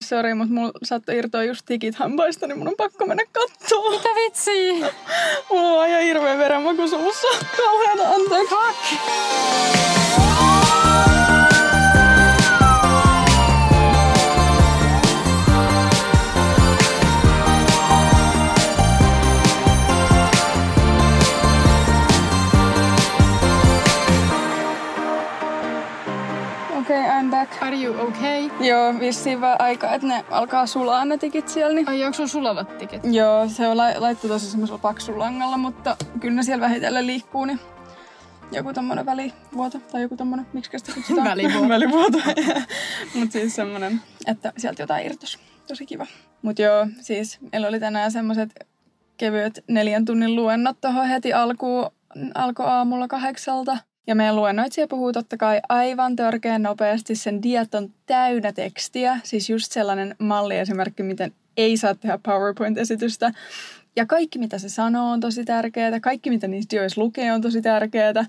sori, mutta mulla saattoi irtoa just tikit hampaista, niin mun on pakko mennä kattoo. Mitä vitsiä? Mulla on ihan hirveä verenmaku suussa. Kauheeta, anteeksi. Fuck. Okei, I'm back. Are you okay? Joo, vissiin vaan aika, että ne alkaa sulaa ne tikit siellä. Niin... Ai, onko sun sulavat tikit? Joo, se on laittu tosi semmoisella paksulla langalla, mutta kyllä ne siellä vähitellen liikkuu, niin joku tommonen välivuoto, tai joku tommonen, miksi sitä kutsutaan? Välivuoto. Mut siis semmonen, että sieltä jotain irtos. Tosi kiva. Mut joo, siis meillä oli tänään semmoset kevyet 4 tunnin luennot tohon heti alkuun. Alkoi aamulla 8. Ja meidän luennoitsija puhuu totta kai aivan törkeän nopeasti. Sen diet on täynnä tekstiä. Siis just sellainen malliesimerkki, miten ei saa tehdä PowerPoint-esitystä. Ja kaikki, mitä se sanoo, on tosi tärkeää. Kaikki, mitä niistä dioissa lukee, on tosi tärkeää.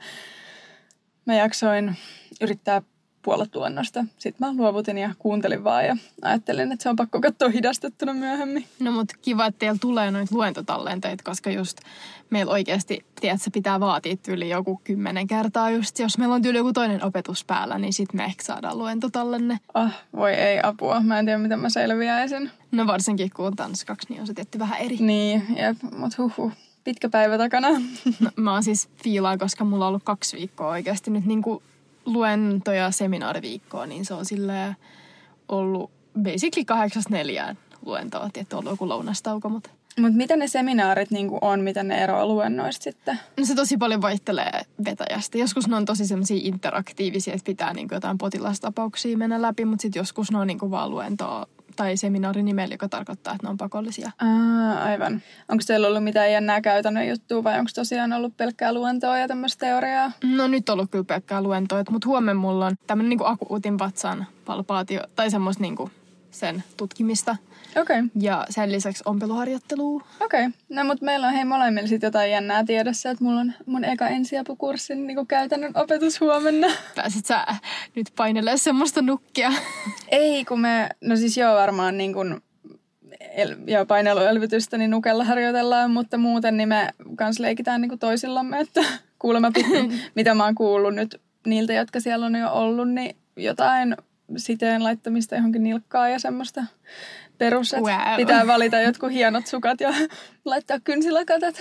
Mä jaksoin yrittää puolet luennosta. Sitten mä luovutin ja kuuntelin vaan ja ajattelin, että se on pakko katsoa hidastettuna myöhemmin. No mut kiva, että teillä tulee noita luentotallenteita, koska just meillä oikeasti, tiedätkö, pitää vaatia tyyli joku 10 kertaa just. Jos meillä on tyyli joku toinen opetus päällä, niin sit me ehkä saadaan luentotallenne. Voi ei apua. Mä en tiedä, miten mä selviäisin. No varsinkin kun on tanskaksi, niin on se tietty vähän eri. Niin, jep, mut pitkä päivä takana. No, mä oon siis fiilaan, koska mulla on ollut 2 viikkoa oikeasti nyt niinku luento- ja seminaariviikkoa, niin se on silleen ollut basically 8-4 luentoa. Tietty on ollut joku lounastauko, mutta... Mutta mitä ne seminaarit niinku on, mitä ne eroaa luennoista sitten? No se tosi paljon vaihtelee vetäjästä. Joskus ne on tosi semmoisia interaktiivisia, että pitää niinku jotain potilastapauksia mennä läpi, mutta sitten joskus ne on niinku vaan luentoa tai seminaarinimellä, joka tarkoittaa, että ne on pakollisia. Aivan. Onko teillä ollut mitään jännää käytännön juttua vai onko tosiaan ollut pelkkää luentoa ja tämmöistä teoriaa? No nyt on ollut kyllä pelkkää luentoa, mutta huomenna mulla on tämmöinen niinku akuutin vatsan palpaatio tai semmoista niinku sen tutkimista. Okei. Ja sen lisäksi ompeluharjoittelua. Okei. No mutta meillä on molemmilla sitten jotain jännää tiedossa, että mulla on mun eka ensiapukurssin niinku käytännön opetus huomenna. Pääsit sä nyt painelemaan semmoista nukkia? Ei, kun no siis joo varmaan niin kuin paineluelvytystä, niin nukella harjoitellaan, mutta muuten niin me kans leikitään niin kuin toisillamme, että kuulemma mitä mä oon kuullut nyt niiltä, jotka siellä on jo ollut, niin jotain siteen laittamista johonkin nilkkaan ja semmoista perus, että pitää valita jotkut hienot sukat ja laittaa kynsilakatat.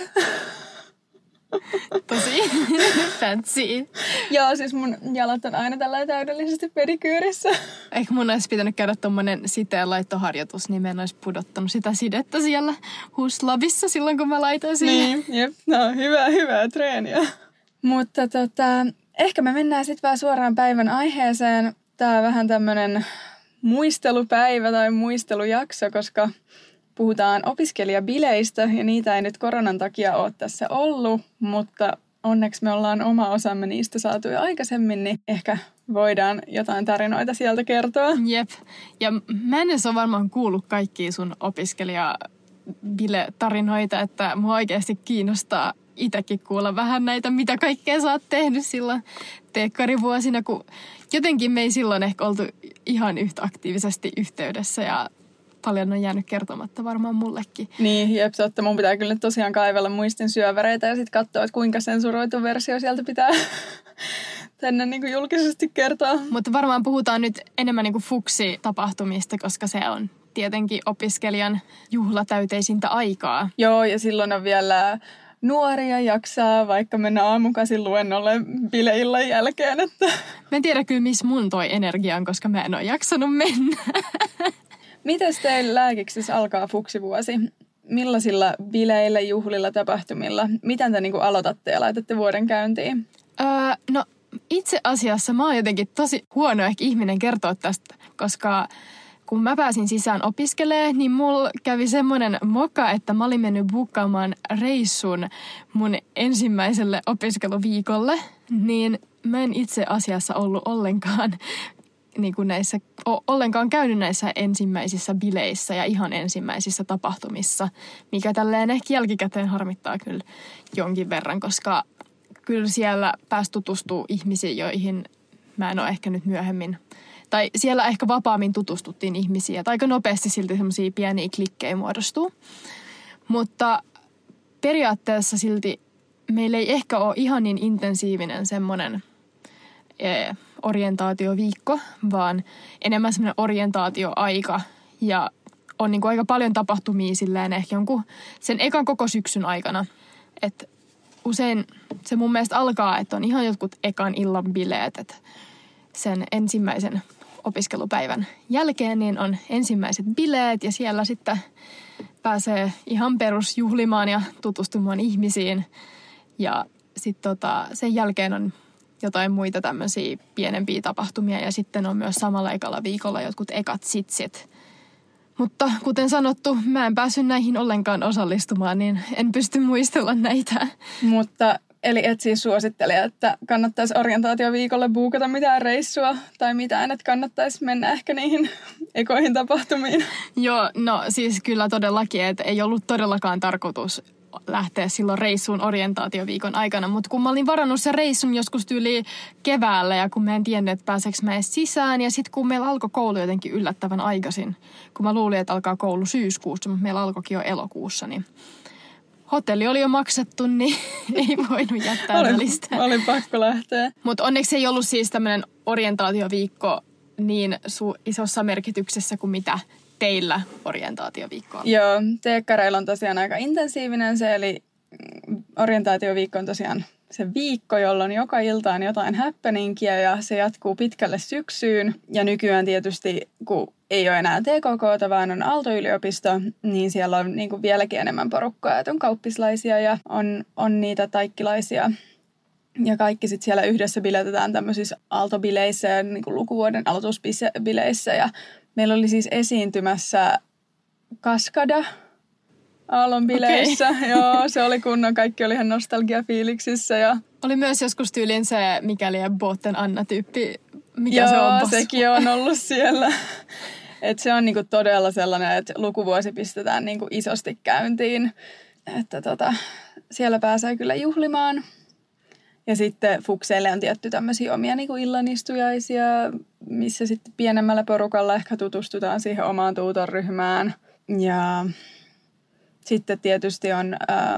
Tosi fancy. Joo, siis mun jalat on aina tällä täydellisesti pedikyyrissä. Ehkä mun olisi pitänyt käydä tommonen siteen laittoharjoitus, niin mä en olisi pudottanut sitä sidettä siellä huslabissa silloin, kun mä laitoin siihen. Niin, jep. No, hyvää treeniä. Mutta ehkä me mennään sitten vaan suoraan päivän aiheeseen. Tää on vähän tämmönen muistelupäivä tai muistelujakso, koska puhutaan opiskelijabileistä ja niitä ei nyt koronan takia ole tässä ollut, mutta onneksi me ollaan oma osamme niistä saatu jo aikaisemmin, niin ehkä voidaan jotain tarinoita sieltä kertoa. Jep. Ja mä en edes ole varmaan kuullut kaikkia sun opiskelijabile-tarinoita, että mua oikeasti kiinnostaa itsekin kuulla vähän näitä, mitä kaikkea sä oot tehnyt silloin teekkarivuosina, kun jotenkin me ei silloin ehkä oltu ihan yhtä aktiivisesti yhteydessä ja paljon on jäänyt kertomatta varmaan mullekin. Niin, jep, totta. Mun pitää kyllä tosiaan kaivella muistin syöväreitä ja sitten katsoa, että kuinka sensuroitu versio sieltä pitää tänne niin kuin julkisesti kertoa. Mutta varmaan puhutaan nyt enemmän niin kuin fuksi-tapahtumista, koska se on tietenkin opiskelijan juhlatäyteisintä aikaa. Joo, ja silloin on vielä nuoria jaksaa, vaikka mennä aamukasin luennolle bileillan jälkeen. Että. Mä en tiedä kyllä, missä mun toi energiaan, koska mä en ole jaksanut mennä. Mites teillä lääkiksessä alkaa fuksivuosi? Millaisilla bileillä, juhlilla, tapahtumilla? Miten te niinku aloitatte ja laitatte vuoden käyntiin? No itse asiassa mä oon jotenkin tosi huono ehkä ihminen kertoa tästä, koska kun mä pääsin sisään opiskelemaan, niin mulla kävi semmoinen moka, että mä olin mennyt bukkaamaan reissun mun ensimmäiselle opiskeluviikolle, niin mä en itse asiassa ollut ollenkaan käynyt näissä ensimmäisissä bileissä ja ihan ensimmäisissä tapahtumissa, mikä tälleen ehkä jälkikäteen harmittaa kyllä jonkin verran, koska kyllä siellä pääsi tutustua ihmisiin, joihin mä en ole ehkä nyt myöhemmin tai siellä ehkä vapaammin tutustuttiin ihmisiin. Että aika nopeasti silti semmoisia pieniä klikkejä muodostuu. Mutta periaatteessa silti meillä ei ehkä ole ihan niin intensiivinen semmoinen orientaatioviikko, vaan enemmän semmoinen orientaatioaika. Ja on niin kuin aika paljon tapahtumia silleen ehkä jonkun sen ekan koko syksyn aikana. Että usein se mun mielestä alkaa, että on ihan jotkut ekan illan bileet, että sen ensimmäisen opiskelupäivän jälkeen niin on ensimmäiset bileet ja siellä sitten pääsee ihan perusjuhlimaan ja tutustumaan ihmisiin. Ja sitten sen jälkeen on jotain muita tämmöisiä pienempiä tapahtumia ja sitten on myös samalla ekalla viikolla jotkut ekat sitsit. Mutta kuten sanottu, mä en päässyt näihin ollenkaan osallistumaan, niin en pysty muistella näitä. Mutta eli et siis suosittele, että kannattaisi orientaatioviikolle buukata mitään reissua tai mitään, että kannattaisi mennä ehkä niihin ekoihin tapahtumiin. Joo, no siis kyllä todellakin, että ei ollut todellakaan tarkoitus lähteä silloin reissuun orientaatioviikon aikana. Mutta kun mä olin varannut sen reissun joskus tyyliin keväällä ja kun mä en tiennyt, että pääseekö mä edes sisään. Ja sitten kun meillä alkoi koulu jotenkin yllättävän aikaisin, kun mä luulin, että alkaa koulu syyskuussa, mutta meillä alkoikin jo elokuussa, niin hotelli oli jo maksettu, niin ei voinut jättää välistä. Olin pakko lähteä. Mutta onneksi ei ollut siis tämmöinen orientaatioviikko niin isossa merkityksessä kuin mitä teillä orientaatioviikko on. Joo, teekkareilla on tosiaan aika intensiivinen se, eli orientaatioviikko on tosiaan se viikko, jolloin joka ilta on jotain happeningia ja se jatkuu pitkälle syksyyn. Ja nykyään tietysti, kun ei ole enää TKK:ta, vaan on Aalto-yliopisto, niin siellä on niin kuin vieläkin enemmän porukkaa. Että on kauppislaisia ja on niitä taikkilaisia. Ja kaikki sitten siellä yhdessä biletetään tämmöisissä aaltobileissä ja niin kuin lukuvuoden aloitusbileissä. Ja meillä oli siis esiintymässä Kaskada Aallon bileissä. Okay. Joo, se oli kunnon. Kaikki oli ihan nostalgiafiiliksissä. Ja oli myös joskus tyylin se Mikäli ja Botten Anna-tyyppi. Mikä joo, se on? Sekin on ollut siellä. Et se on niinku todella sellainen, että lukuvuosi pistetään niinku isosti käyntiin. Että siellä pääsee kyllä juhlimaan. Ja sitten fukseille on tietty tämmöisiä omia niinku illanistujaisia, missä sitten pienemmällä porukalla ehkä tutustutaan siihen omaan tuutorryhmään. Ja sitten tietysti on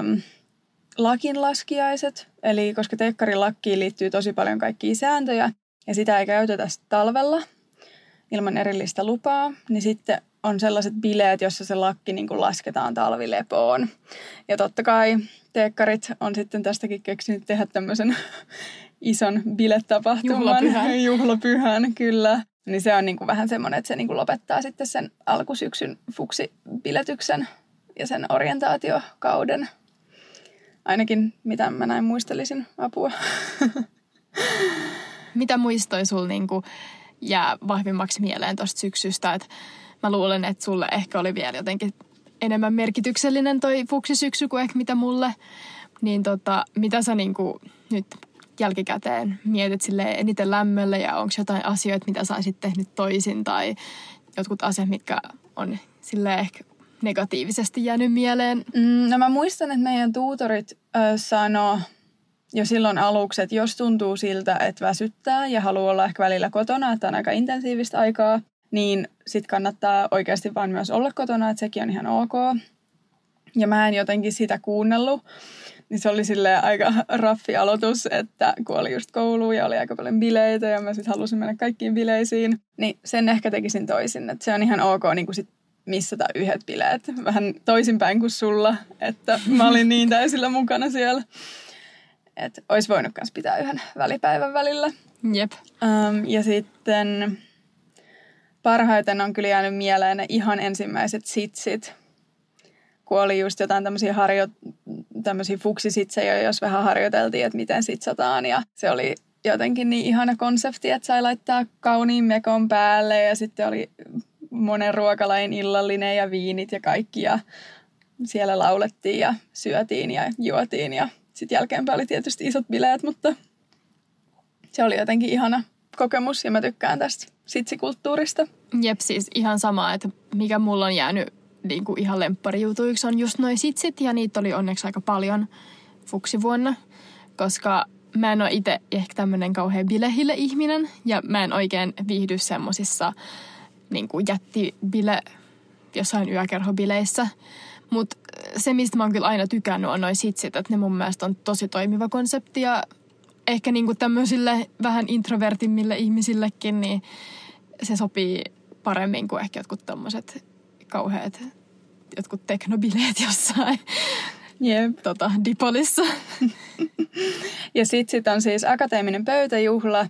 lakinlaskiaiset, eli koska teekkarin lakkiin liittyy tosi paljon kaikkia sääntöjä, ja sitä ei käytetä talvella ilman erillistä lupaa, niin sitten on sellaiset bileet, jossa se lakki niin kuin lasketaan talvilepoon. Ja totta kai teekkarit on sitten tästäkin keksinyt tehdä tämmöisen ison biletapahtuman. Juhlapyhän, kyllä. Niin se on niin kuin vähän semmoinen, että se niin kuin lopettaa sitten sen alkusyksyn fuksibiletyksen ja sen orientaatiokauden. Ainakin mitä mä näin muistelisin, apua. Mitä muistoi sulla niinku jää vahvimmaksi mieleen tuosta syksystä? Et mä luulen, että sulle ehkä oli vielä jotenkin enemmän merkityksellinen toi fuksisyksy kuin ehkä mitä mulle. Niin mitä sä niinku nyt jälkikäteen mietit silleen eniten lämmölle ja onko jotain asioita, mitä sä olisit tehnyt toisin tai jotkut asiat, mitkä on silleen ehkä negatiivisesti jäänyt mieleen? No mä muistan, että meidän tuutorit sanoo jo silloin aluksi, että jos tuntuu siltä, että väsyttää ja haluaa olla ehkä välillä kotona, että on aika intensiivistä aikaa, niin sit kannattaa oikeasti vaan myös olla kotona, että sekin on ihan ok. Ja mä en jotenkin sitä kuunnellut, niin se oli silleen aika raffi aloitus, että kun oli just koulu ja oli aika paljon bileitä ja mä sit halusin mennä kaikkiin bileisiin, niin sen ehkä tekisin toisin, että se on ihan ok niin kuin sit missata yhdet bileet. Vähän toisinpäin kuin sulla, että mä olin niin täysillä mukana siellä. Että olisi voinut myös pitää yhden välipäivän välillä. Jep. Ja sitten parhaiten on kyllä jäänyt mieleen ne ihan ensimmäiset sitsit. Kun oli just jotain tämmöisiä fuksisitsejä, jos vähän harjoiteltiin, että miten sitsataan. Ja se oli jotenkin niin ihana konsepti, että sai laittaa kauniin mekon päälle ja sitten oli monen ruokalajin illallinen ja viinit ja kaikki. Ja siellä laulettiin ja syötiin ja juotiin ja sitten jälkeenpäin oli tietysti isot bileet, mutta se oli jotenkin ihana kokemus ja mä tykkään tästä sitsikulttuurista. Jep, siis ihan sama, että mikä mulla on jäänyt niin kuin ihan lempparijutuiksi on just noi sitsit ja niitä oli onneksi aika paljon fuksivuonna, koska mä en ole itse ehkä tämmöinen kauhean bilehille-ihminen ja mä en oikein viihdy semmosissa niin kuin jättibile jossain yökerhobileissä. Mutta se, mistä mä oon kyllä aina tykännyt, on noi sitsit, että ne mun mielestä on tosi toimiva konsepti ja ehkä niinku tämmöisille vähän introvertimmille ihmisillekin, niin se sopii paremmin kuin ehkä jotkut tommoset kauheat, jotkut teknobileet jossain Dipolissa. Ja sit on siis akateeminen pöytäjuhla.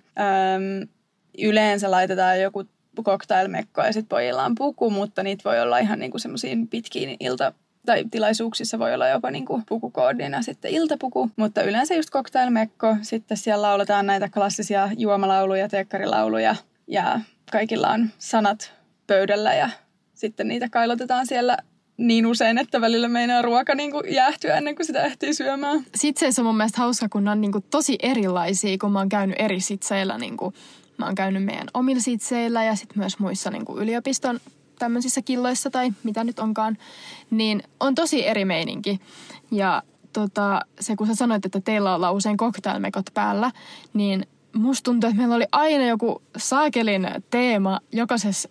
Yleensä laitetaan joku cocktailmekko ja sit pojilla on puku, mutta niitä voi olla ihan niinku semmoisiin pitkiin tai tilaisuuksissa voi olla jopa niinku pukukoodina sitten iltapuku, mutta yleensä just cocktailmekko. Sitten siellä lauletaan näitä klassisia juomalauluja, teekkarilauluja ja kaikilla on sanat pöydällä ja sitten niitä kailotetaan siellä niin usein, että välillä meinaa ruoka niinku jäähtyä ennen kuin sitä ehtii syömään. Sitseissä on mun mielestä hauska, kun ne on niinku tosi erilaisia, kun mä oon käynyt eri sitseillä. Niinku, mä oon käynyt meidän omilla sitseillä ja sitten myös muissa niinku yliopiston tämmöisissä killoissa tai mitä nyt onkaan, niin on tosi eri meininki. Ja se, kun sä sanoit, että teillä ollaan usein cocktailmekot päällä, niin musta tuntuu, että meillä oli aina joku saakelin teema jokaisessa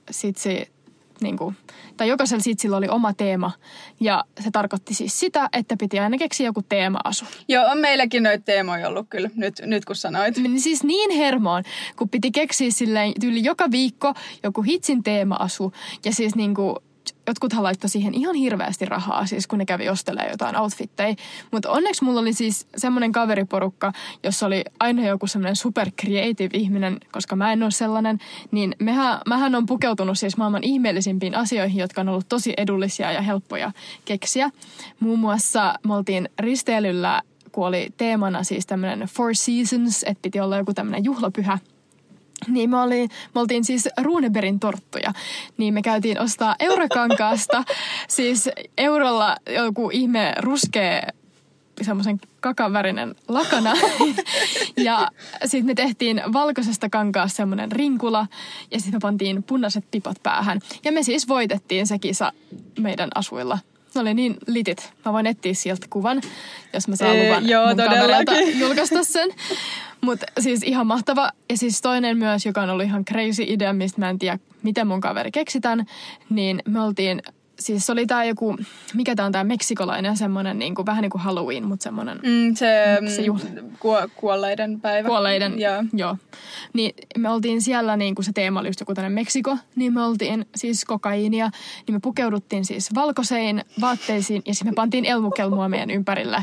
jokaisella sitsillä oli oma teema. Ja se tarkoitti siis sitä, että piti aina keksiä joku teema-asu. Joo, on meilläkin noita teemoja ollut kyllä, nyt kun sanoit. Siis niin hermoon, kun piti keksiä silleen tyyli joka viikko joku hitsin teema-asu. Ja siis niinku jotkuthan laittoi siihen ihan hirveästi rahaa, siis kun ne kävi ostelemaan jotain outfitteja. Mutta onneksi mulla oli siis semmoinen kaveriporukka, jossa oli aina joku semmoinen super creative ihminen, koska mä en ole sellainen. Niin mähän on pukeutunut siis maailman ihmeellisimpiin asioihin, jotka on ollut tosi edullisia ja helppoja keksiä. Muun muassa me oltiin risteilyllä, kun oli teemana siis tämmöinen Four Seasons, että piti olla joku tämmöinen juhlapyhä. Niin me oltiin siis Runebergin torttuja. Niin me käytiin ostaa Eurokankaasta siis eurolla joku ihme ruskea semmoisen kakavärinen lakana. Ja sitten me tehtiin valkoisesta kankaasta semmoinen rinkula ja sitten me pantiin punaiset pipot päähän. Ja me siis voitettiin se kisa meidän asuilla. Ne oli niin litit. Mä voin etsiä sieltä kuvan, jos mä saan luvan mun kaverilta julkaista sen. Mutta siis ihan mahtava. Ja siis toinen myös, joka on ollut ihan crazy idea, mistä mä en tiedä, miten mun kaveri keksitään. Niin me oltiin, siis oli tää joku, mikä tää on tää meksikolainen semmonen niinku, vähän niin kuin Halloween, mutta semmonen. Se kuolleiden päivä. Kuolleiden, joo. Niin me oltiin siellä, niinku se teema oli just joku tämmönen Meksiko, niin me oltiin siis kokaiinia. Niin me pukeuduttiin siis valkoisiin vaatteisiin ja sitten me pantiin elmukelmua meidän ympärille.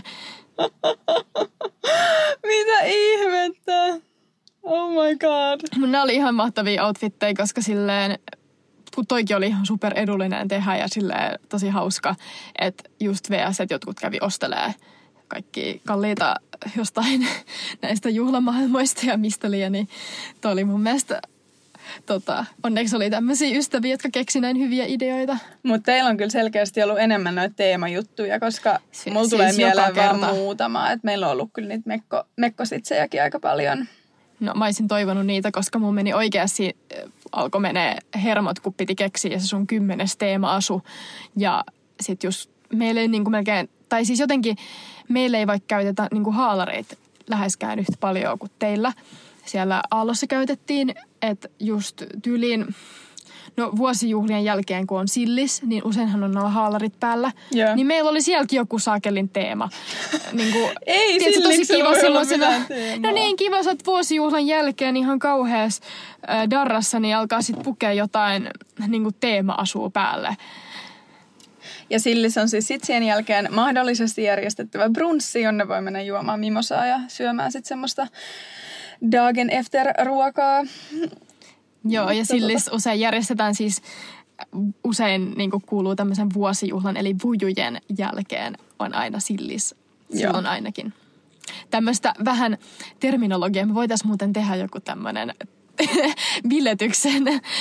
Mitä ihmettä? Oh my god. Nämä oli ihan mahtavia outfitteja, koska silleen, kun toikin oli ihan super edullinen tehdä ja silleen tosi hauska, että just VS, että jotkut kävi ostelee kaikki kalliita jostain näistä juhlamaailmoista ja mistä liian, niin toi oli mun mielestä onneksi oli tämmöisiä ystäviä, jotka keksi näin hyviä ideoita. Mutta teillä on kyllä selkeästi ollut enemmän noita teemajuttuja, koska mulla tulee mieleen vaan muutama. Että meillä on ollut kyllä niitä mekkositsejäkin aika paljon. No mä olisin toivonut niitä, koska mun meni oikeasti, alkoi menee hermot, kun piti keksiä se sun 10. teema-asu. Ja sit just meillä ei niinku melkein, tai siis jotenkin meillä ei vaikka käytetä niinku haalareita läheskään yhtä paljon kuin teillä. Siellä Aallossa käytettiin, että just tyyliin, vuosijuhlien jälkeen kun on sillis, niin useinhan on nuo haalarit päällä. Yeah. Niin meillä oli sielläkin joku saakelin teema. Ei silliksellä voi olla mitään teemaa. No niin, kiva, sä oot vuosijuhlan jälkeen ihan kauheas darrassa, niin alkaa sit pukea jotain niinku teema-asua päälle. Ja sillis on siis sitsien jälkeen mahdollisesti järjestettävä brunssi, jonne voi mennä juomaan mimosaa ja syömään sitten semmoista dagen efter ruokaa. Joo, ja sillis usein järjestetään siis, usein niin kuin kuuluu tämmöisen vuosijuhlan, eli vujujen jälkeen on aina sillis. Silloin ainakin. Tämmöistä vähän terminologiaa. Me voitaisiin muuten tehdä joku tämmöinen biletyksen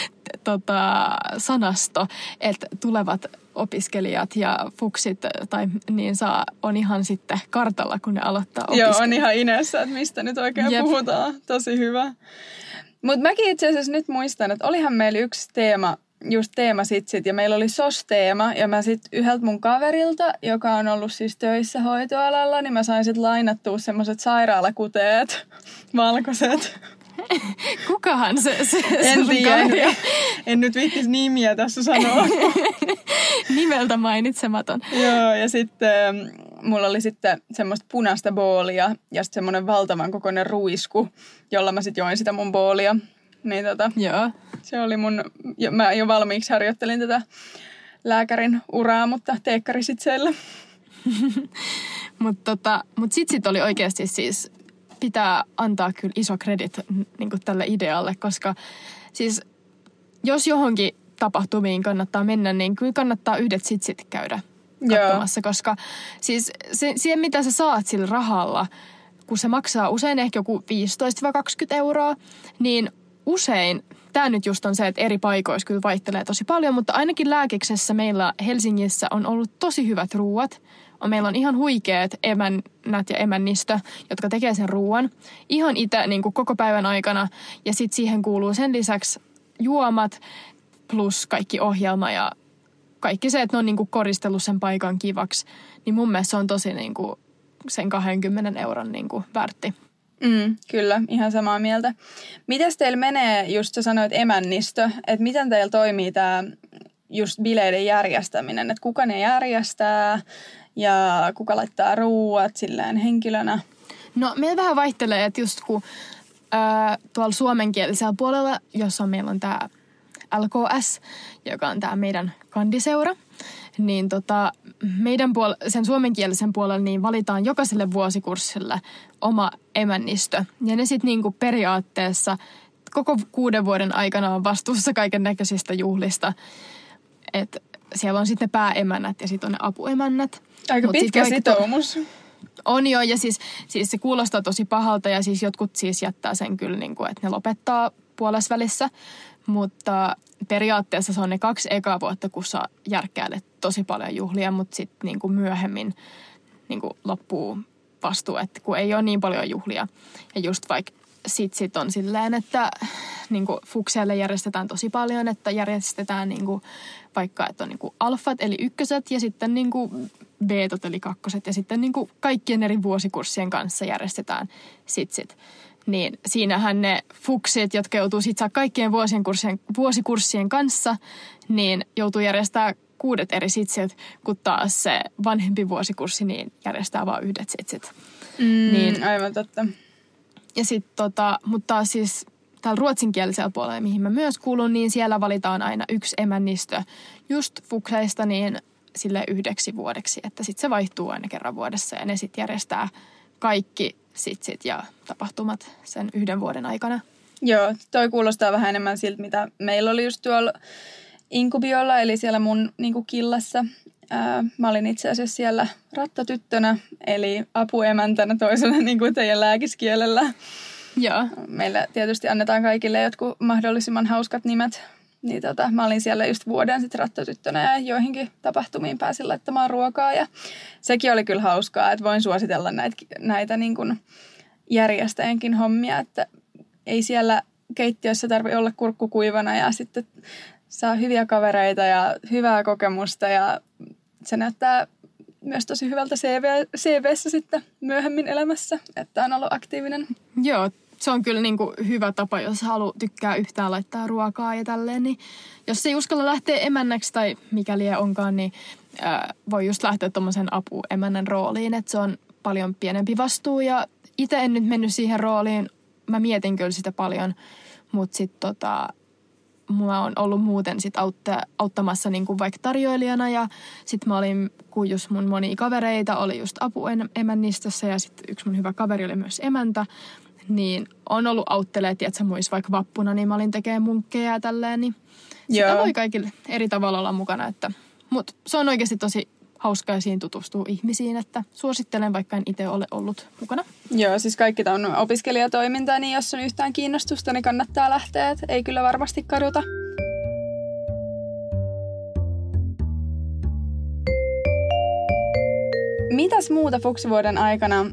sanasto, että tulevat opiskelijat ja fuksit on ihan sitten kartalla, kun ne aloittaa opiskella. Joo, on ihan inessä, että mistä nyt oikein puhutaan. Tosi hyvä. Mutta mäkin itse asiassa nyt muistan, että olihan meillä yksi teema just teemasitsit ja meillä oli SOS-teema ja mä sit yhdeltä mun kaverilta, joka on ollut siis töissä hoitoalalla, niin mä sain sit lainattua semmoset sairaalakuteet, valkoiset. Kukahan se en tiedä. En nyt viittis nimiä tässä sanoa. Nimeltä mainitsematon. Joo, ja sitten mulla oli sitten semmoista punaista boolia ja sitten semmoinen valtavan kokoinen ruisku, jolla mä sitten join sitä mun boolia. Niin joo. Se oli mä jo valmiiksi harjoittelin tätä lääkärin uraa, mutta teekkarisitseillä. Mut sit oli oikeasti siis, pitää antaa kyllä iso kredit niin tälle idealle, koska siis jos johonkin tapahtumiin kannattaa mennä, niin kyllä kannattaa yhdet sitsit käydä katsomassa, koska siis siihen mitä sä saat sillä rahalla, kun se maksaa usein ehkä joku 15-20 euroa, niin usein, tämä nyt just on se, että eri paikoissa kyllä vaihtelee tosi paljon, mutta ainakin Lääkiksessä meillä Helsingissä on ollut tosi hyvät ruuat. Meillä on ihan huikeat emännät ja emännistö, jotka tekee sen ruuan ihan itse niin kuin koko päivän aikana. Ja sitten siihen kuuluu sen lisäksi juomat plus kaikki ohjelma ja kaikki se, että ne on niin kuin koristellut sen paikan kivaksi. Niin mun mielestä se on tosi niin kuin sen 20 euron niin kuin väärti. Kyllä, ihan samaa mieltä. Mites teillä menee, just sä sanoit emännistö, että miten teillä toimii tämä just bileiden järjestäminen, että kuka ne järjestää ja kuka laittaa ruuat silleen henkilönä? No meillä vähän vaihtelee, että just kun tuolla suomenkielisellä puolella, jossa meillä on tämä LKS, joka on tämä meidän kandiseura, niin meidän sen suomenkielisen puolella niin valitaan jokaiselle vuosikurssille oma emännistö. Ja ne sitten niinku periaatteessa koko 6 vuoden aikana on vastuussa kaiken näköisistä juhlista. Et siellä on sitten ne pääemännät ja sitten on ne apuemännät. Aika pitkä sitoumus. On jo, ja siis se kuulostaa tosi pahalta, ja siis jotkut siis jättää sen kyllä, niin kuin, että ne lopettaa puolesvälissä. Mutta periaatteessa se on ne 2 ekaa vuotta, kun sä järkkäilet tosi paljon juhlia, mutta sitten niin kuin myöhemmin niin kuin loppuu vastuu, että kun ei ole niin paljon juhlia. Ja just vaikka sit on silleen, että niin kuin fukseille järjestetään tosi paljon, että järjestetään niin kuin, vaikka, että on niin kuin alfat eli 1 ja sitten niin kuin beetot eli 2 ja sitten niin kuin kaikkien eri vuosikurssien kanssa järjestetään sit. Niin siinähän ne fuksit, jotka joutuu sit saa kaikkien vuosikurssien kanssa, niin joutuu järjestää 6 eri sitsit, kun taas se vanhempi vuosikurssi niin järjestää vain 1 sitsit. Niin, aivan totta. Ja sitten mutta taas siis täällä ruotsinkielisellä puolella, mihin mä myös kuulun, niin siellä valitaan aina 1 emännistö just fukseista niin sille 1 vuodeksi, että sitten se vaihtuu aina kerran vuodessa ja ne sitten järjestää kaikki sitsit ja tapahtumat sen 1 vuoden aikana. Joo, toi kuulostaa vähän enemmän siltä, mitä meillä oli just tuolla Inkubiolla, eli siellä mun niinku killassa. Mä olin itse asiassa siellä rattatyttönä, eli apuemäntänä toisena niin kuin teidän lääkiskielellä. Joo. Meillä tietysti annetaan kaikille jotkut mahdollisimman hauskat nimet. Niin mä olin siellä just vuoden sitten rattatyttönä ja joihinkin tapahtumiin pääsin laittamaan ruokaa. Ja sekin oli kyllä hauskaa, että voin suositella näitä niin kuin järjestäjänkin hommia, että ei siellä keittiössä tarvitse olla kurkku kuivana ja sitten saa hyviä kavereita ja hyvää kokemusta ja se näyttää myös tosi hyvältä CV:ssä sitten myöhemmin elämässä, että on ollut aktiivinen. Joo, se on kyllä niin kuin hyvä tapa, jos tykkää yhtään laittaa ruokaa ja tälleen. Niin jos ei uskalla lähteä emännäksi tai mikäli onkaan, niin voi just lähteä tuommoisen apuemännän rooliin, että se on paljon pienempi vastuu. Ja itse en nyt mennyt siihen rooliin, mä mietin kyllä sitä paljon, mutta sitten mulla on ollut muuten sit auttamassa niinku vaikka tarjoilijana ja sit mä olin, kun just mun monia kavereita oli just apuemännistössä ja sit yksi mun hyvä kaveri oli myös emäntä, niin on ollut autteleet, että muissa vaikka vappuna, niin mä olin tekemään munkkeja ja tälleen, niin sitä voi kaikille eri tavalla olla mukana, mutta se on oikeasti tosi hauskaa siinä tutustua ihmisiin, että suosittelen, vaikka en itse ole ollut mukana. Joo, siis kaikki tämä on opiskelijatoimintaa, niin jos on yhtään kiinnostusta, niin kannattaa lähteä, että ei kyllä varmasti kaduta. Mitäs muuta fuksivuoden aikana?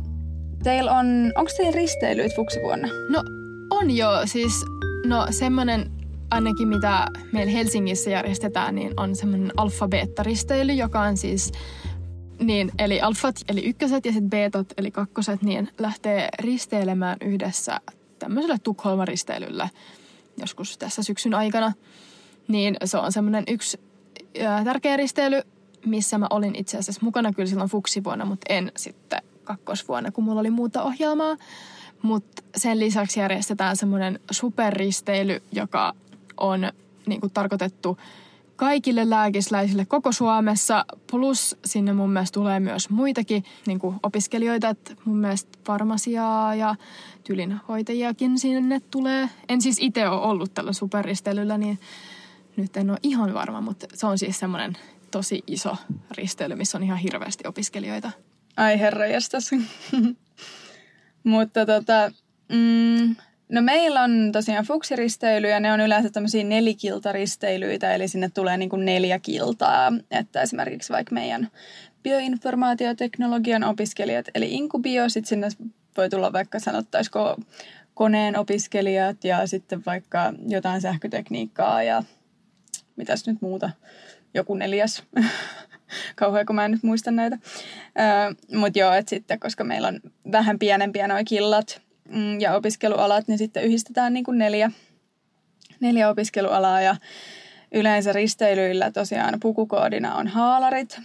Onko teillä risteilyt fuksivuonna? No on joo, siis semmoinen ainakin mitä meillä Helsingissä järjestetään, niin on semmoinen alfa-beta-risteily, joka on siis niin, eli alfat, eli ykköset ja sitten beetat, eli kakkoset, niin lähtee risteilemään yhdessä tämmöiselle Tukholman risteilylle joskus tässä syksyn aikana. Niin se on semmoinen yksi tärkeä risteily, missä mä olin itse asiassa mukana kyllä silloin fuksivuonna, mutta en sitten kakkosvuonna, kun mulla oli muuta ohjelmaa. Mutta sen lisäksi järjestetään semmoinen superristeily, joka on niin kuin tarkoitettu kaikille lääkisläisille koko Suomessa. Plus sinne mun mielestä tulee myös muitakin niin kuin opiskelijoita, että mun mielestä farmasiaa ja tylinhoitajiakin sinne tulee. En siis itse ole ollut tällä superristeilyllä, niin nyt en ole ihan varma, mutta se on siis semmoinen tosi iso risteily, missä on ihan hirveästi opiskelijoita. Ai herranjestas. Mutta no meillä on tosiaan fuksiristeilyjä, ne on yleensä tämmöisiä nelikiltaristeilyitä, eli sinne tulee niin kuin 4 kiltaa. Että esimerkiksi vaikka meidän bioinformaatioteknologian opiskelijat, eli Inkubio, sitten sinne voi tulla vaikka sanottaisiko koneen opiskelijat ja sitten vaikka jotain sähkötekniikkaa ja mitäs nyt muuta, joku 4. Kauhean, kun mä en nyt muista näitä. Mutta joo, että sitten, koska meillä on vähän pienempiä nuo killat ja opiskelualat, niin sitten yhdistetään niin kuin 4 opiskelualaa. Ja yleensä risteilyillä tosiaan pukukoodina on haalarit.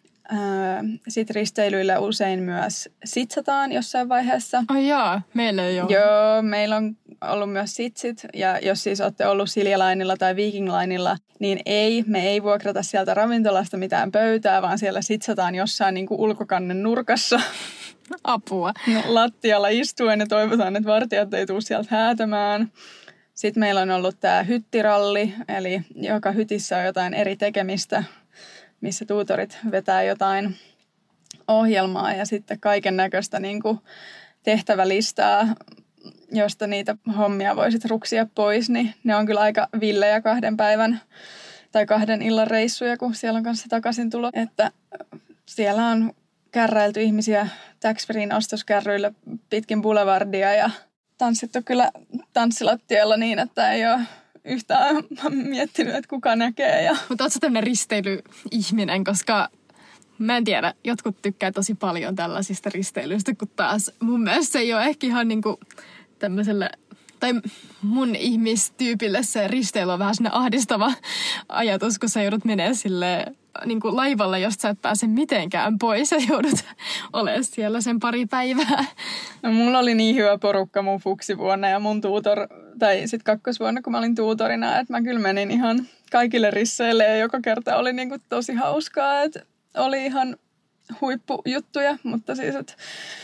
Sitten risteilyillä usein myös sitsataan jossain vaiheessa. Ai jaa, meillä ei ole. Joo, meillä on ollut myös sitsit. Ja jos siis olette ollut Silja Linella tai Viking Linella, niin me ei vuokrata sieltä ravintolasta mitään pöytää, vaan siellä sitsataan jossain niin kuin ulkokannen nurkassa. Apua. Lattialla istuen ja toivotaan, että vartijat ei tule sieltä häätämään. Sitten meillä on ollut tämä hyttiralli, eli joka hytissä on jotain eri tekemistä, missä tuutorit vetää jotain ohjelmaa ja sitten kaiken näköistä niin kuin tehtävälistaa, josta niitä hommia voisit ruksia pois, niin ne on kyllä aika villejä 2 päivän tai 2 illan reissuja, kun siellä on kanssa takaisin tulo. Että siellä on kärräilty ihmisiä tax-freein ostoskärryillä pitkin boulevardia ja tanssittu kyllä tanssilattialla niin, että ei ole yhtään miettinyt, että kuka näkee. Mutta ootko tämmöinen risteilyihminen, koska mä en tiedä, jotkut tykkää tosi paljon tällaisista risteilyistä, kun taas mun mielestä se ei ole ehkä ihan niinku tämmöiselle, tai mun ihmistyypille se risteily on vähän sellainen ahdistava ajatus, kun sä joudut menee silleen niin kuin laivalle, josta sä et pääse mitenkään pois ja joudut olemaan siellä sen pari päivää. No mulla oli niin hyvä porukka mun fuksivuonna ja mun tuutor, tai sitten kakkosvuonna, kun mä olin tuutorina, että mä kyllä menin ihan kaikille risseille ja joka kerta oli niin kuin tosi hauskaa, että oli ihan huippujuttuja, mutta siis, että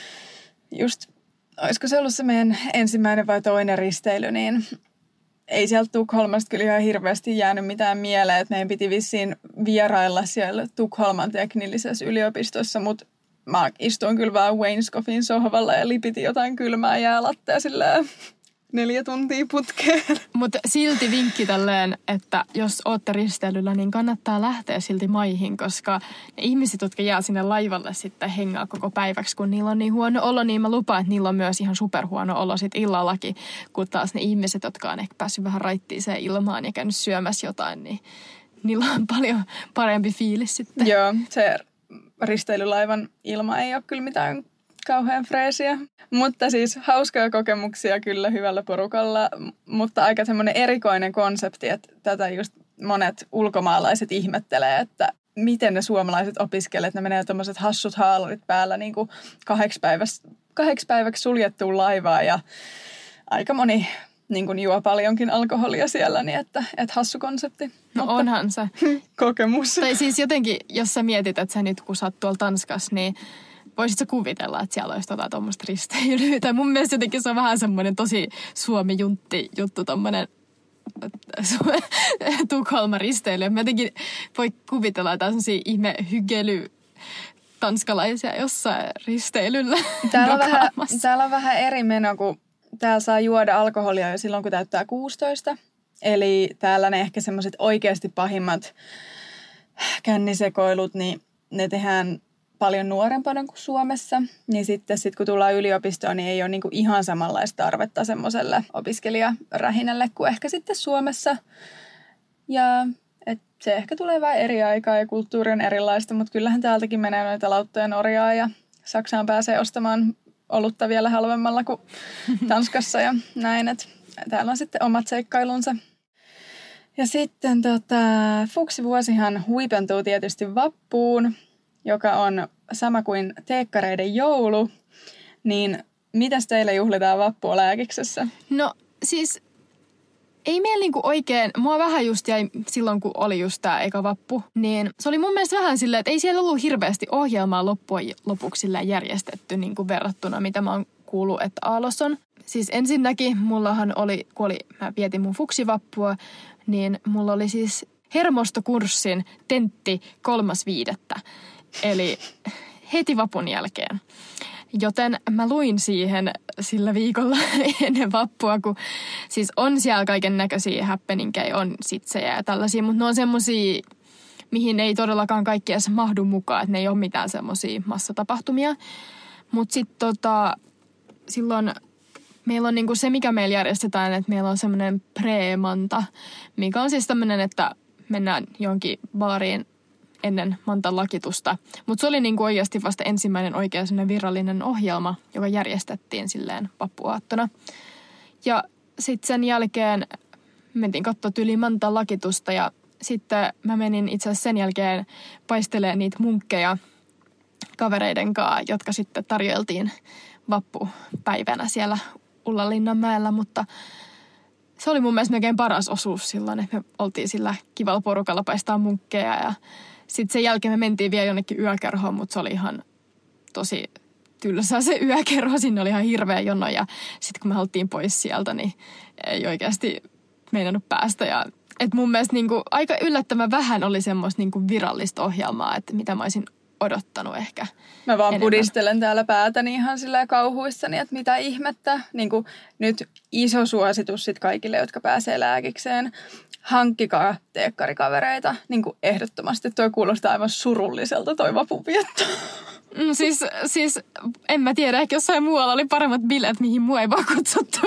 just, olisiko se ollut se meidän ensimmäinen vai toinen risteily, niin ei sieltä Tukholmasta kyllä ihan hirveästi jäänyt mitään mieleen, että meidän piti vissiin vierailla siellä Tukholman teknillisessä yliopistossa, mutta mä istuin kyllä vaan Wainscoffin sohvalla ja lipitin jotain kylmää jäälattea silleen 4 tuntia putkeen. Mutta silti vinkki tälleen, että jos ootte risteilyllä, niin kannattaa lähteä silti maihin, koska ne ihmiset, jotka jää sinne laivalle sitten hengaa koko päiväksi, kun niillä on niin huono olo, niin mä lupaan, että niillä on myös ihan superhuono olo sit illallakin, kun taas ne ihmiset, jotka on ehkä päässyt vähän raittiiseen ilmaan ja käynyt syömässä jotain, niin niillä on paljon parempi fiilis sitten. Joo, se risteilylaivan ilma ei ole kyllä mitään kauhean freesiä. Mutta siis hauskoja kokemuksia kyllä hyvällä porukalla, mutta aika semmoinen erikoinen konsepti, että tätä just monet ulkomaalaiset ihmettelee, että miten ne suomalaiset opiskelijat, ne menee tommoset hassut haalarit päällä niin kuin 8 päiväksi suljettuun laivaan ja aika moni niin kuin juo paljonkin alkoholia siellä, niin että hassu konsepti. No mutta onhan se. Kokemus. Tai siis jotenkin, jos sä mietit, että sä nyt kun sä oot tuolla Tanskassa, niin voisitko kuvitella, että siellä olisi tuommoista risteilyä? Tai mun mielestä jotenkin se on vähän semmoinen tosi Suomi-juntti juttu, tommoinen Tukholman risteily. Mä jotenkin voi kuvitella, että on sellaisia ihme hygely tanskalaisia jossain risteilyllä. Täällä on vähän eri meno, kun täällä saa juoda alkoholia jo silloin, kun täyttää 16. Eli täällä ne ehkä semmoiset oikeasti pahimmat kännisekoilut, niin ne tehdään paljon nuorempana kuin Suomessa. Niin sitten kun tullaan yliopistoon, niin ei ole niin kuin ihan samanlaista tarvetta semmoiselle opiskelijarähinälle kuin ehkä sitten Suomessa. Ja se ehkä tulee vähän eri aikaa ja kulttuuri on erilaista, mutta kyllähän täältäkin menee noita lauttoja Norjaa ja Saksaan pääsee ostamaan olutta vielä halvemmalla kuin Tanskassa ja näin. Et täällä on sitten omat seikkailunsa. Ja sitten fuksivuosihan huipentuu tietysti vappuun, joka on sama kuin teekkareiden joulu. Niin mitäs teillä juhlitaan vappua Lääkiksessä? No siis ei meillä niinku oikein, mua vähän just jäi silloin, kun oli just tää eka vappu, niin se oli mun mielestä vähän silleen, että ei siellä ollut hirveästi ohjelmaa loppujen lopuksi järjestetty niinku verrattuna, mitä mä oon kuullut, että Aallossa on. Siis ensinnäkin mullahan oli, kun mä vietin mun fuksivappua, niin mulla oli siis hermostokurssin tentti 3.5. Eli heti vapun jälkeen. Joten mä luin siihen sillä viikolla ennen vappua, kun siis on siellä kaiken näköisiä happeningejä, on sitsejä ja tällaisia, mutta ne on semmosia, mihin ei todellakaan kaikki edes mahdu mukaan, että ne ei ole mitään semmosia massatapahtumia. Mutta sitten silloin meillä on niinku se, mikä meillä järjestetään, että meillä on semmoinen pre-manta, mikä on siis tämmöinen, että mennään johonkin baariin ennen mantan lakitusta. Mutta se oli niinku oikeasti vasta ensimmäinen oikea virallinen ohjelma, joka järjestettiin silleen vappuaattona. Ja sitten sen jälkeen mentiin katsoa yli mantan lakitusta ja sitten mä menin itse asiassa sen jälkeen paistelemaan niitä munkkeja kavereiden kanssa, jotka sitten tarjoiltiin vappupäivänä siellä Ullalinnanmäellä, mutta se oli mun mielestä melkein paras osuus silloin, että me oltiin sillä kivalla porukalla paistaa munkkeja ja sitten sen jälkeen me mentiin vielä jonnekin yökerhoon, mutta se oli ihan tosi tylsää se yökerho. Sinne oli ihan hirveä jono ja sitten kun me haluttiin pois sieltä, niin ei oikeasti meinannut päästä. Ja, et mun mielestä niinku, aika yllättävän vähän oli semmoista niinku virallista ohjelmaa, että mitä mä olisin odottanut ehkä. Mä vaan enemmän. pudistelen täällä päätäni ihan sillä kauhuissani, että mitä ihmettä. Niinku, nyt iso suositus sit kaikille, jotka pääsee Lääkikseen. Hankkikaa teekkarikavereita. Niin kuin ehdottomasti toi kuulostaa aivan surulliselta toi vapunvietto. Siis en mä tiedä, ehkä jossain muualla oli paremmat bileet, mihin mua ei vaan kutsuttu.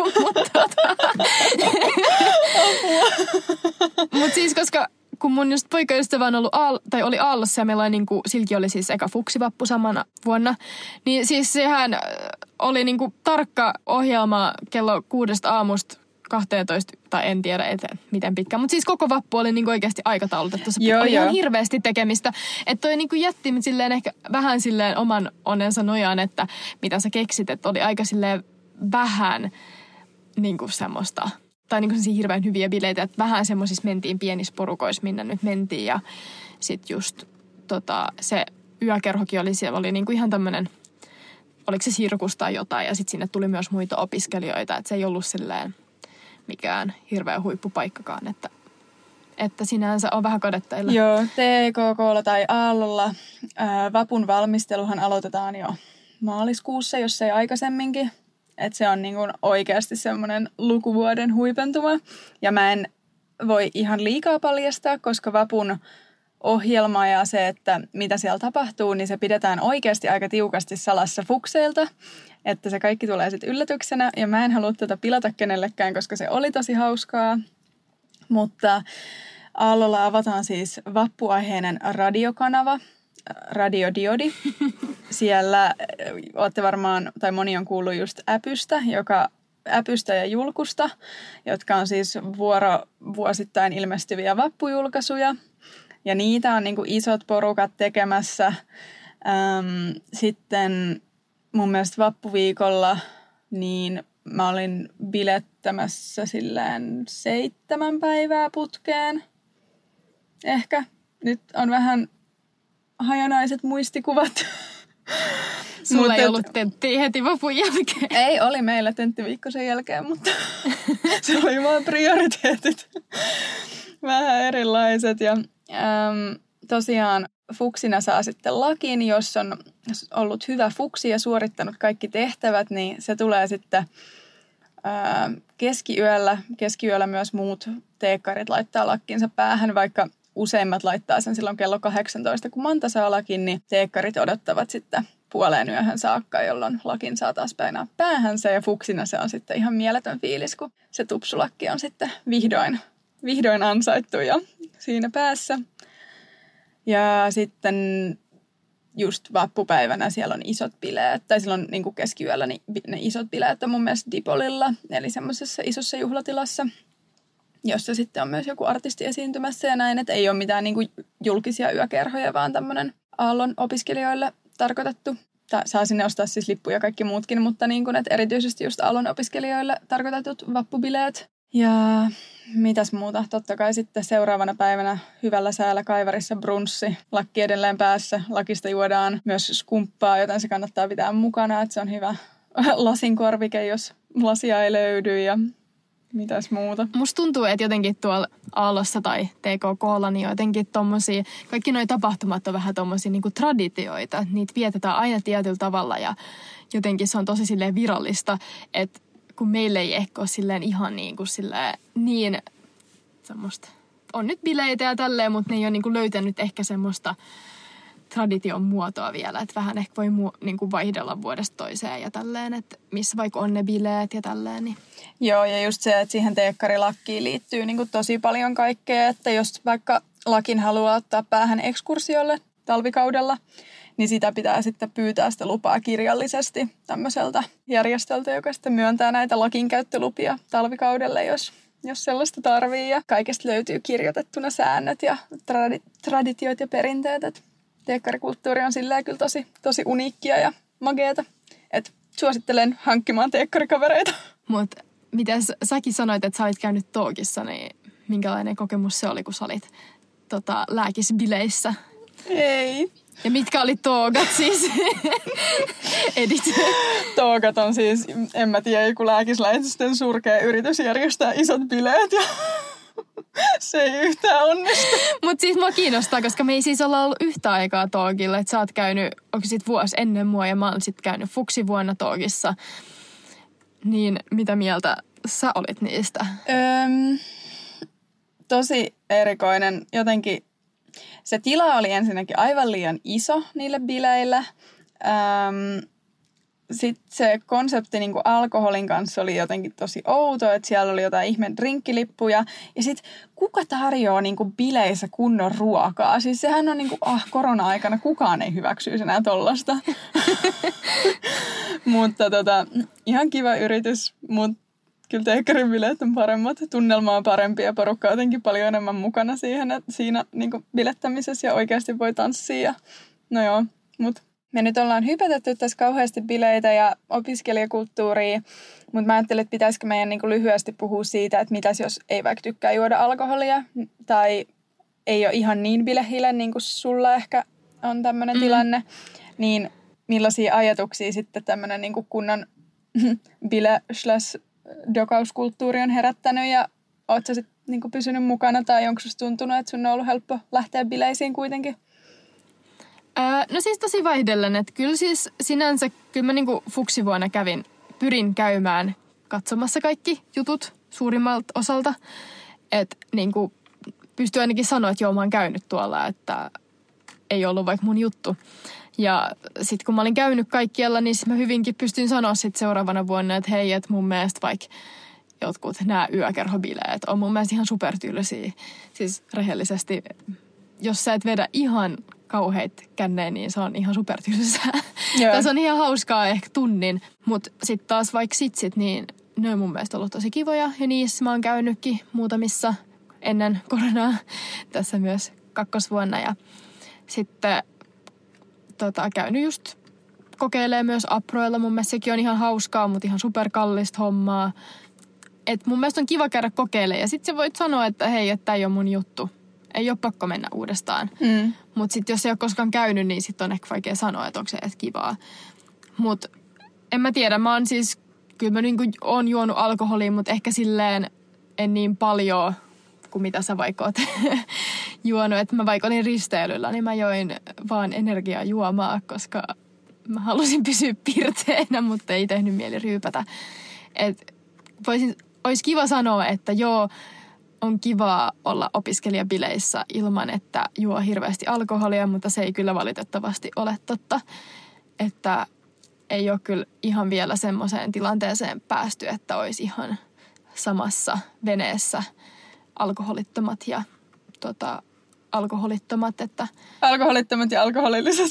Mutta siis koska kun mun just poikaystävä on ollut oli Aallossa ja meillä oli niinku, silläkin oli siis eka fuksivappu samana vuonna. Niin siis sehän oli niinku tarkka ohjelma kello 6 aamusta 12, tai en tiedä miten pitkä. Mutta siis koko vappu oli niinku oikeasti aikataulutettu. Se oli ihan hirveästi tekemistä. Että toi niinku jätti silleen ehkä vähän silleen oman onnensa nojaan, että mitä sä keksit. Että oli aika silleen vähän niinku semmoista, tai niinku sellaisia hirveän hyviä bileitä. Että vähän semmoisissa mentiin pienissä porukoissa, minne nyt mentiin. Ja sit just se yökerhokin oli niinku ihan tämmönen, oliko se sirkus tai jotain. Ja sit sinne tuli myös muita opiskelijoita. Että se ei ollut silleen mikään hirveä huippupaikkakaan, että sinänsä on vähän kadetteilla. Joo, TKK:lla tai Aallolla vapun valmisteluhan aloitetaan jo maaliskuussa, jos ei aikaisemminkin. Että se on niin kuin oikeasti semmoinen lukuvuoden huipentuma. Ja mä en voi ihan liikaa paljastaa, koska vapun ohjelma ja se, että mitä siellä tapahtuu, niin se pidetään oikeasti aika tiukasti salassa fukseilta. Että se kaikki tulee sitten yllätyksenä ja mä en halua tätä pilata kenellekään, koska se oli tosi hauskaa. Mutta Aallolla avataan siis vappuaiheinen radiokanava, Radiodiodi. Siellä olette varmaan, tai moni on kuullut just Äpystä ja Julkusta, jotka on siis vuosittain ilmestyviä vappujulkaisuja. Ja niitä on niin kuin isot porukat tekemässä. Sitten mun mielestä vappuviikolla niin mä olin bilettämässä silleen 7 päivää putkeen. Ehkä. Nyt on vähän hajanaiset muistikuvat. Sulla ei ollut tenttiä heti vapun jälkeen. Ei, oli meillä tenttiviikko sen jälkeen, mutta se oli vaan prioriteetit. Vähän erilaiset. Ja tosiaan fuksina saa sitten lakin, jos on ollut hyvä fuksi ja suorittanut kaikki tehtävät, niin se tulee sitten keskiyöllä. Keskiyöllä myös muut teekkarit laittaa lakkinsa päähän, vaikka useimmat laittaa sen silloin kello 18, kun Manta saa lakin, niin teekkarit odottavat sitten puoleen yöhön saakka, jolloin lakin saa taas painaa päähänsä. Ja fuksina se on sitten ihan mieletön fiilis, kun se tupsulakki on sitten vihdoin ansaittu ja siinä päässä. Ja sitten just vappupäivänä siellä on isot bileet, tai silloin niin kuin keskiyöllä niin ne isot bileet on mun mielestä Dipolilla, eli semmoisessa isossa juhlatilassa, jossa sitten on myös joku artisti esiintymässä ja näin, että ei ole mitään niin kuin julkisia yökerhoja, vaan tämmöinen Aallon opiskelijoille tarkoitettu. Saa sinne ostaa siis lippuja ja kaikki muutkin, mutta niin kuin, että erityisesti just Aallon opiskelijoille tarkoitetut vappubileet. Ja mitäs muuta? Totta kai sitten seuraavana päivänä hyvällä säällä Kaivarissa brunssi. Lakki edelleen päässä. Lakista juodaan myös skumppaa, joten se kannattaa pitää mukana, että se on hyvä lasinkorvike, jos lasia ei löydy ja mitäs muuta. Musta tuntuu, että jotenkin tuolla Aallossa tai TKK:lla niin jotenkin tommosia, kaikki noi tapahtumat on vähän tommosia niinku traditioita. Niitä vietetään aina tietyllä tavalla ja jotenkin se on tosi silleen virallista, että kun meillä ei ehkä ole silleen ihan niin semmoista, on nyt bileitä ja tälleen, mutta ne ei ole niin kuin löytänyt ehkä semmoista tradition muotoa vielä, että vähän ehkä voi niin kuin vaihdella vuodesta toiseen ja tälleen, että missä vaikka on ne bileet ja tälleen. Niin. Joo, ja just se, että siihen teekkarilakkiin liittyy niin kuin tosi paljon kaikkea, että jos vaikka lakin haluaa ottaa päähän ekskursiolle talvikaudella, niin sitä pitää sitten pyytää sitä lupaa kirjallisesti tämmöiseltä järjestöltä, joka sitten myöntää näitä lakin käyttölupia talvikaudelle, jos sellaista tarvii. Ja kaikesta löytyy kirjoitettuna säännöt ja traditiot ja perinteet. Et teekkarikulttuuri on silleen kyllä tosi uniikkia ja mageeta. Et suosittelen hankkimaan teekkarikavereita. Mutta mitä säkin sanoit, että sä olit käynyt Tookissa, niin minkälainen kokemus se oli, kun sä olit lääkisbileissä? Ei. Ja mitkä oli toogat siis? Edit. Toogat on siis, en mä tiedä, joku lääkislähetysten surkea yritys järjestää isot bileet ja se ei yhtään onnistu. Mut siis mua kiinnostaa, koska me ei siis olla ollut yhtä aikaa Tookilla. Että sä oot käynyt, onko sit vuosi ennen mua ja mä oon sit käynyt fuksivuonna Tookissa. Niin mitä mieltä sä olit niistä? Tosi erikoinen. Jotenkin se tila oli ensinnäkin aivan liian iso niille bileille. Sitten se konsepti niin kuin alkoholin kanssa oli jotenkin tosi outo, että siellä oli jotain ihme drinkkilippuja. Ja sitten kuka tarjoaa niin kuin bileissä kunnon ruokaa? Siis sehän on niin kuin, korona-aikana kukaan ei hyväksyisi enää tollasta. Mutta ihan kiva yritys, mutta kyllä teekkarin bileet on paremmat. Tunnelma on parempi ja porukka on jotenkin paljon enemmän mukana siinä niin kuin bilettämisessä ja oikeasti voi tanssia. No joo, mutta me nyt ollaan hypätetty tässä kauheasti bileitä ja opiskelijakulttuuria, mutta mä ajattelin, että pitäisikö meidän niin kuin lyhyesti puhua siitä, että mitäs jos ei vaikka tykkää juoda alkoholia tai ei ole ihan niin bilehille, niin kuin sulla ehkä on tämmöinen tilanne, niin millaisia ajatuksia sitten tämmöinen niin kuin kunnon bile/dokauskulttuuri on herättänyt ja oot sä sitten niin kuin pysynyt mukana tai onko susta tuntunut, että sun on ollut helppo lähteä bileisiin kuitenkin? No siis tosi vaihdellen, että kyllä siis sinänsä, kyllä mä niinku fuksivuonna pyrin käymään katsomassa kaikki jutut suurimmalta osalta. Että niinku pystyy ainakin sanoa, että joo mä oon käynyt tuolla, että ei ollut vaikka mun juttu. Ja sitten kun mä olin käynyt kaikkialla, niin mä hyvinkin pystyn sanoa sitten seuraavana vuonna, että hei, että mun mielestä vaikka jotkut nämä yökerhobileet on mun mielestä ihan supertyylisiä. Siis rehellisesti, jos sä et vedä ihan kauheita kännejä, niin se on ihan supertyylistä. Tässä on ihan hauskaa ehkä tunnin, mutta sitten taas vaikka sitsit, niin ne on mun mielestä ollut tosi kivoja. Ja niissä mä oon käynytkin muutamissa ennen koronaa tässä myös kakkosvuonna. Ja sitten käynyt just kokeilemaan myös aproilla. Mun mielestä sekin on ihan hauskaa, mutta ihan superkallista hommaa. Et mun mielestä on kiva käydä kokeilemaan. Ja sitten sä voit sanoa, että hei, että tää ei ole mun juttu. Ei ole pakko mennä uudestaan. Mutta sitten jos ei ole koskaan käynyt, niin sitten on ehkä vaikea sanoa, että onko se edes kivaa. Mutta en mä tiedä. Mä oon siis, kyllä mä niinku oon juonut alkoholia, mutta ehkä silleen en niin paljon kuin mitä sä vaikka oot juonut. Että mä vaikka olin risteilyllä, niin mä join vaan energiajuomaa, koska mä halusin pysyä pirteänä, mutta ei tehnyt mieli ryypätä. Että olisi kiva sanoa, että joo, on kivaa olla opiskelijabileissä ilman, että juo hirveästi alkoholia, mutta se ei kyllä valitettavasti ole totta, että ei ole kyllä ihan vielä semmoiseen tilanteeseen päästy, että olisi ihan samassa veneessä alkoholittomat ja alkoholittomat, että... Alkoholittomat ja alkoholilliset.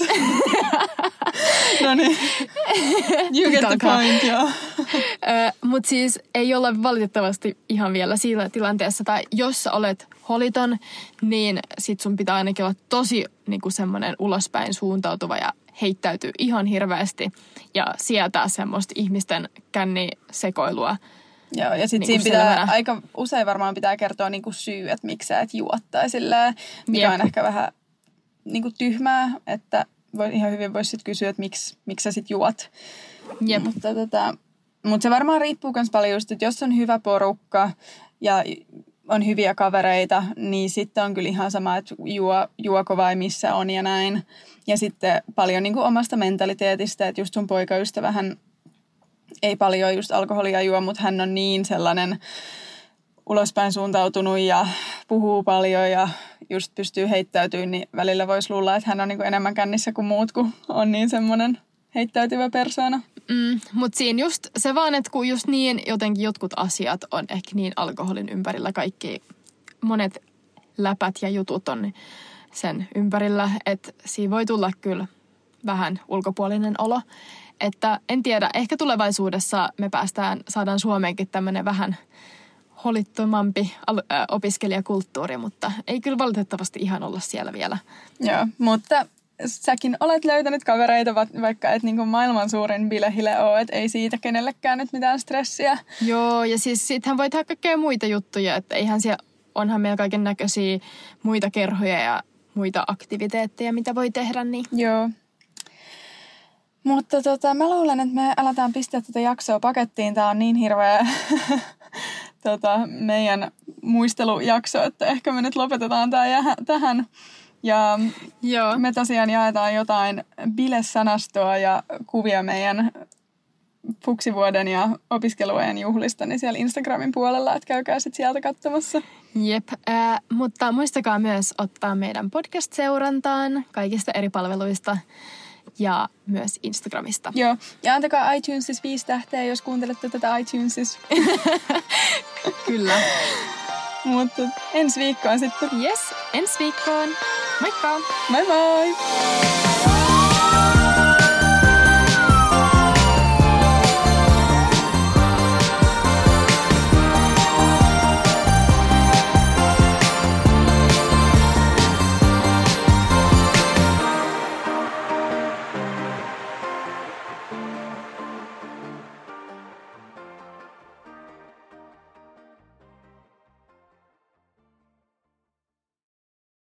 No niin. You get the point, joo. Mutta siis ei olla valitettavasti ihan vielä siinä tilanteessa, tai jos sä olet holiton, niin sit sun pitää ainakin olla tosi niinku semmoinen ulospäin suuntautuva ja heittäytyy ihan hirveästi ja sietää semmoista ihmisten kännisekoilua. Joo, ja sitten siinä pitää aika usein varmaan pitää kertoa niinku syy, että miksi sä et juo tai silleen, mikä on ehkä vähän niinku tyhmää, että ihan hyvin voisi sitten kysyä, että miksi sä sit juot. Jep. Mutta se varmaan riippuu myös paljon just, että jos on hyvä porukka ja on hyviä kavereita, niin sitten on kyllä ihan sama, että juoko vai missä on ja näin. Ja sitten paljon niinku omasta mentaliteetistä, että just sun poikaystävähän ei paljon just alkoholia juo, mutta hän on niin sellainen ulospäin suuntautunut ja puhuu paljon ja just pystyy heittäytymään, niin välillä voisi luulla, että hän on niinku enemmän kännissä kuin muut, kun on niin semmoinen heittäytyvä persoona. Mutta siinä just se vaan, että kun just niin jotenkin jotkut asiat on ehkä niin alkoholin ympärillä, kaikki monet läpät ja jutut on sen ympärillä, että siinä voi tulla kyllä vähän ulkopuolinen olo. Että en tiedä, ehkä tulevaisuudessa me saadaan Suomeenkin tämmöinen vähän holittomampi opiskelijakulttuuri, mutta ei kyllä valitettavasti ihan olla siellä vielä. Joo, mutta säkin olet löytänyt kavereita, vaikka et niinku maailman suurin bilehile ole, että ei siitä kenellekään nyt mitään stressiä. Joo, ja siis siitähän voi tehdä kaikkea muita juttuja, että onhan meillä kaiken näköisiä muita kerhoja ja muita aktiviteetteja, mitä voi tehdä. Niin. Joo. Mutta mä luulen, että me aletaan pistää tätä jaksoa pakettiin. Tää on niin hirveä meidän muistelujakso, että ehkä me nyt lopetetaan tää tähän. Ja joo. Me tosiaan jaetaan jotain bilesanastoa ja kuvia meidän fuksivuoden ja opiskeluajan juhlista niin siellä Instagramin puolella, että käykää sitten sieltä katsomassa. Jep, mutta muistakaa myös ottaa meidän podcast-seurantaan kaikista eri palveluista ja myös Instagramista. Joo, ja antakaa iTunesissa 5 tähteä, jos kuuntelette tätä iTunesissa. Kyllä. Mutta ensi viikkoon sitten. Yes, ensi viikkoon. Moikka! Moi moi!